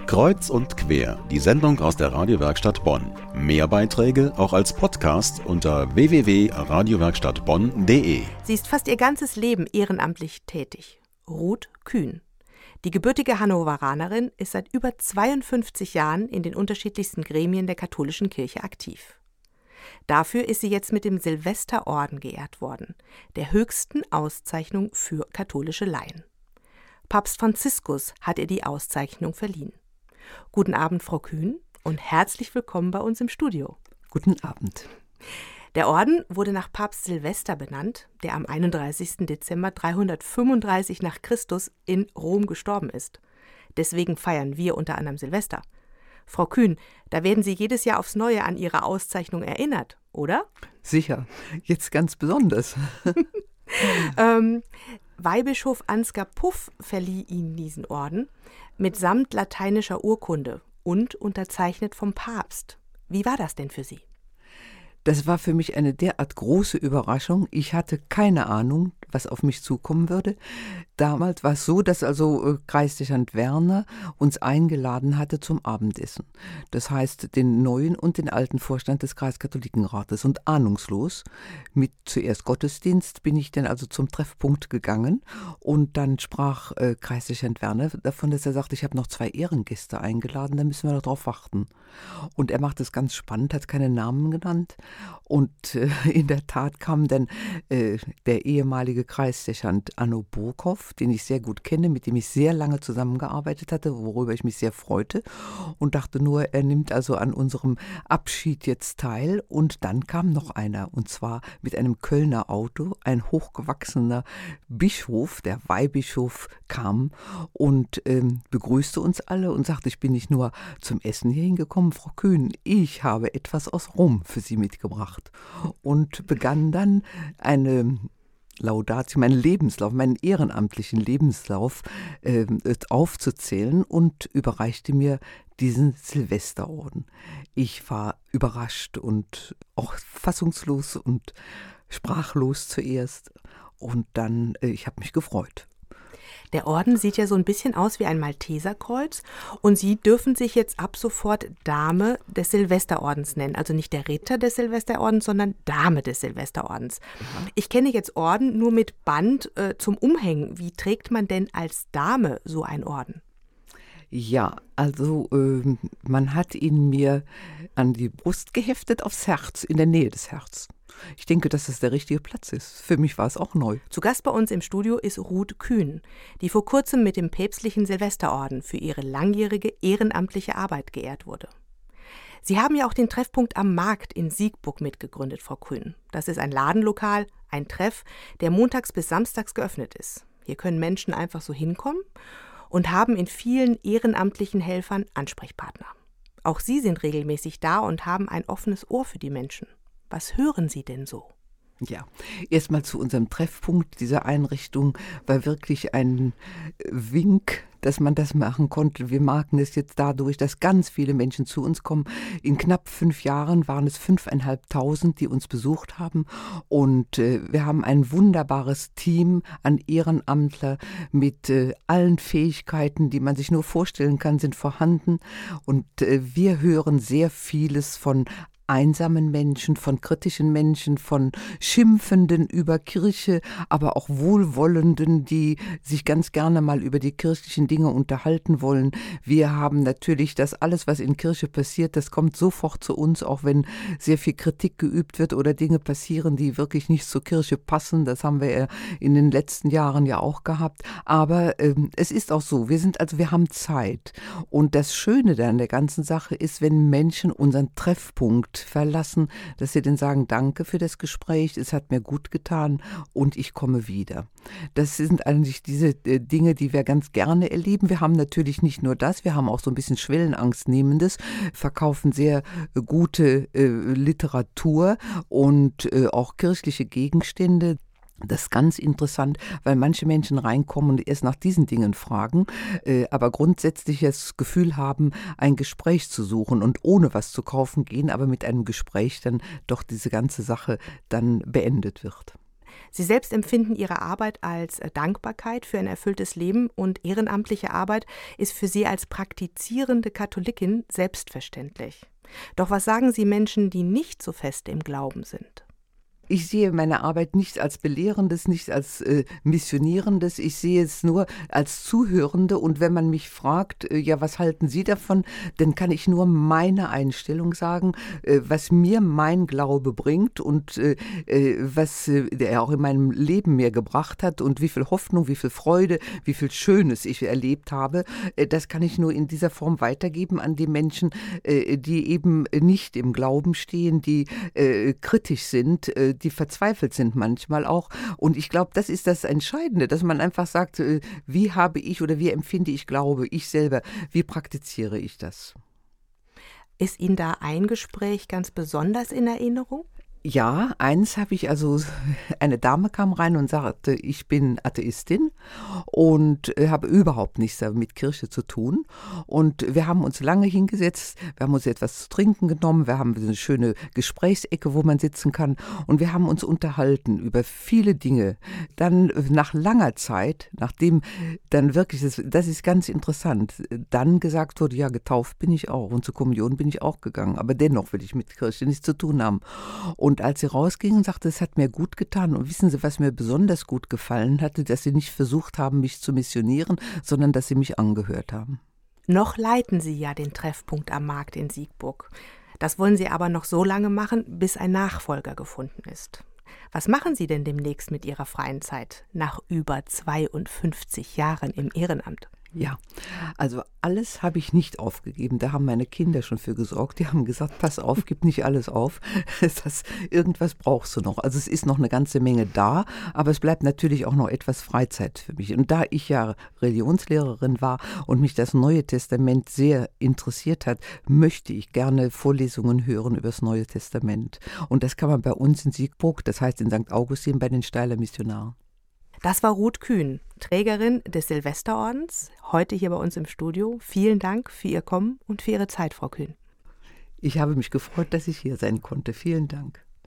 Kreuz und quer, die Sendung aus der Radiowerkstatt Bonn. Mehr Beiträge auch als Podcast unter www.radiowerkstattbonn.de. Sie ist fast ihr ganzes Leben ehrenamtlich tätig. Ruth Kühn. Die gebürtige Hannoveranerin ist seit über 52 Jahren in den unterschiedlichsten Gremien der katholischen Kirche aktiv. Dafür ist sie jetzt mit dem Silvesterorden geehrt worden, der höchsten Auszeichnung für katholische Laien. Papst Franziskus hat ihr die Auszeichnung verliehen. Guten Abend, Frau Kühn, und herzlich willkommen bei uns im Studio. Guten Abend. Der Orden wurde nach Papst Silvester benannt, der am 31. Dezember 335 nach Christus in Rom gestorben ist. Deswegen feiern wir unter anderem Silvester. Frau Kühn, da werden Sie jedes Jahr aufs Neue an Ihre Auszeichnung erinnert, oder? Sicher, jetzt ganz besonders. Weihbischof Ansgar Puff verlieh Ihnen diesen Orden mitsamt lateinischer Urkunde und unterzeichnet vom Papst. Wie war das denn für Sie? Das war für mich eine derart große Überraschung. Ich hatte keine Ahnung, was auf mich zukommen würde. Damals war es so, dass Kreisdechant Werner uns eingeladen hatte zum Abendessen. Das heißt, den neuen und den alten Vorstand des Kreiskatholikenrates. Und ahnungslos, mit zuerst Gottesdienst, bin ich dann also zum Treffpunkt gegangen. Und dann sprach Kreisdechant Werner davon, dass er sagte, ich habe noch 2 Ehrengäste eingeladen, da müssen wir noch drauf warten. Und er macht es ganz spannend, hat keine Namen genannt. Und in der Tat kam dann der ehemalige Kreisdechant Anno Burkhoff, den ich sehr gut kenne, mit dem ich sehr lange zusammengearbeitet hatte, worüber ich mich sehr freute und dachte nur, er nimmt also an unserem Abschied jetzt teil. Und dann kam noch einer, und zwar mit einem Kölner Auto, ein hochgewachsener Bischof, der Weihbischof, kam und begrüßte uns alle und sagte, ich bin nicht nur zum Essen hier hingekommen, Frau Kühn, ich habe etwas aus Rom für Sie mitgebracht. Und begann dann eine Laudatio, meinen Lebenslauf, meinen ehrenamtlichen Lebenslauf aufzuzählen und überreichte mir diesen Silvesterorden. Ich war überrascht und auch fassungslos und sprachlos zuerst. Und dann, ich habe mich gefreut. Der Orden sieht ja so ein bisschen aus wie ein Malteserkreuz und Sie dürfen sich jetzt ab sofort Dame des Silvesterordens nennen. Also nicht der Ritter des Silvesterordens, sondern Dame des Silvesterordens. Ich kenne jetzt Orden nur mit Band zum Umhängen. Wie trägt man denn als Dame so einen Orden? Ja, also man hat ihn mir an die Brust geheftet, aufs Herz, in der Nähe des Herzens. Ich denke, dass das der richtige Platz ist. Für mich war es auch neu. Zu Gast bei uns im Studio ist Ruth Kühn, die vor kurzem mit dem päpstlichen Silvesterorden für ihre langjährige ehrenamtliche Arbeit geehrt wurde. Sie haben ja auch den Treffpunkt am Markt in Siegburg mitgegründet, Frau Kühn. Das ist ein Ladenlokal, ein Treff, der montags bis samstags geöffnet ist. Hier können Menschen einfach so hinkommen und haben in vielen ehrenamtlichen Helfern Ansprechpartner. Auch Sie sind regelmäßig da und haben ein offenes Ohr für die Menschen. Was hören Sie denn so? Ja, erstmal zu unserem Treffpunkt. Diese Einrichtung war wirklich ein Wink, dass man das machen konnte. Wir merken es jetzt dadurch, dass ganz viele Menschen zu uns kommen. In knapp 5 Jahren waren es 5.500, die uns besucht haben. Und wir haben ein wunderbares Team an Ehrenamtler mit allen Fähigkeiten, die man sich nur vorstellen kann, sind vorhanden. Und wir hören sehr vieles von einsamen Menschen, von kritischen Menschen, von Schimpfenden über Kirche, aber auch Wohlwollenden, die sich ganz gerne mal über die kirchlichen Dinge unterhalten wollen. Wir haben natürlich das alles, was in Kirche passiert, das kommt sofort zu uns, auch wenn sehr viel Kritik geübt wird oder Dinge passieren, die wirklich nicht zur Kirche passen. Das haben wir in den letzten Jahren ja auch gehabt. Aber es ist auch so, wir haben Zeit. Und das Schöne an der ganzen Sache ist, wenn Menschen unseren Treffpunkt verlassen, dass sie dann sagen, danke für das Gespräch, es hat mir gut getan und ich komme wieder. Das sind eigentlich diese Dinge, die wir ganz gerne erleben. Wir haben natürlich nicht nur das, wir haben auch so ein bisschen Schwellenangstnehmendes, verkaufen sehr gute Literatur und auch kirchliche Gegenstände. Das ist ganz interessant, weil manche Menschen reinkommen und erst nach diesen Dingen fragen, aber grundsätzlich das Gefühl haben, ein Gespräch zu suchen und ohne was zu kaufen gehen, aber mit einem Gespräch dann doch diese ganze Sache dann beendet wird. Sie selbst empfinden ihre Arbeit als Dankbarkeit für ein erfülltes Leben und ehrenamtliche Arbeit ist für sie als praktizierende Katholikin selbstverständlich. Doch was sagen Sie Menschen, die nicht so fest im Glauben sind? Ich sehe meine Arbeit nicht als Belehrendes, nicht als Missionierendes. Ich sehe es nur als Zuhörende. Und wenn man mich fragt, ja, was halten Sie davon, dann kann ich nur meine Einstellung sagen, was mir mein Glaube bringt und was er auch in meinem Leben mir gebracht hat und wie viel Hoffnung, wie viel Freude, wie viel Schönes ich erlebt habe. Das kann ich nur in dieser Form weitergeben an die Menschen, die eben nicht im Glauben stehen, die kritisch sind, die verzweifelt sind manchmal auch. Und ich glaube, das ist das Entscheidende, dass man einfach sagt, wie habe ich oder wie empfinde ich Glaube, ich selber, wie praktiziere ich das? Ist Ihnen da ein Gespräch ganz besonders in Erinnerung? Ja, eins habe ich, also eine Dame kam rein und sagte, ich bin Atheistin und habe überhaupt nichts mit Kirche zu tun. Und wir haben uns lange hingesetzt, wir haben uns etwas zu trinken genommen, wir haben eine schöne Gesprächsecke, wo man sitzen kann und wir haben uns unterhalten über viele Dinge. Dann nach langer Zeit, nachdem dann wirklich, das ist ganz interessant, dann gesagt wurde, ja, getauft bin ich auch und zur Kommunion bin ich auch gegangen, aber dennoch will ich mit Kirche nichts zu tun haben. Und als sie rausgingen, sagte, es hat mir gut getan. Und wissen Sie, was mir besonders gut gefallen hatte, dass sie nicht versucht haben, mich zu missionieren, sondern dass sie mich angehört haben. Noch leiten Sie ja den Treffpunkt am Markt in Siegburg. Das wollen Sie aber noch so lange machen, bis ein Nachfolger gefunden ist. Was machen Sie denn demnächst mit Ihrer freien Zeit nach über 52 Jahren im Ehrenamt? Ja, also alles habe ich nicht aufgegeben. Da haben meine Kinder schon für gesorgt. Die haben gesagt, pass auf, gib nicht alles auf. Irgendwas brauchst du noch. Also es ist noch eine ganze Menge da, aber es bleibt natürlich auch noch etwas Freizeit für mich. Und da ich ja Religionslehrerin war und mich das Neue Testament sehr interessiert hat, möchte ich gerne Vorlesungen hören über das Neue Testament. Und das kann man bei uns in Siegburg, das heißt in St. Augustin bei den Steiler Missionaren. Das war Ruth Kühn, Trägerin des Silvesterordens, heute hier bei uns im Studio. Vielen Dank für Ihr Kommen und für Ihre Zeit, Frau Kühn. Ich habe mich gefreut, dass ich hier sein konnte. Vielen Dank.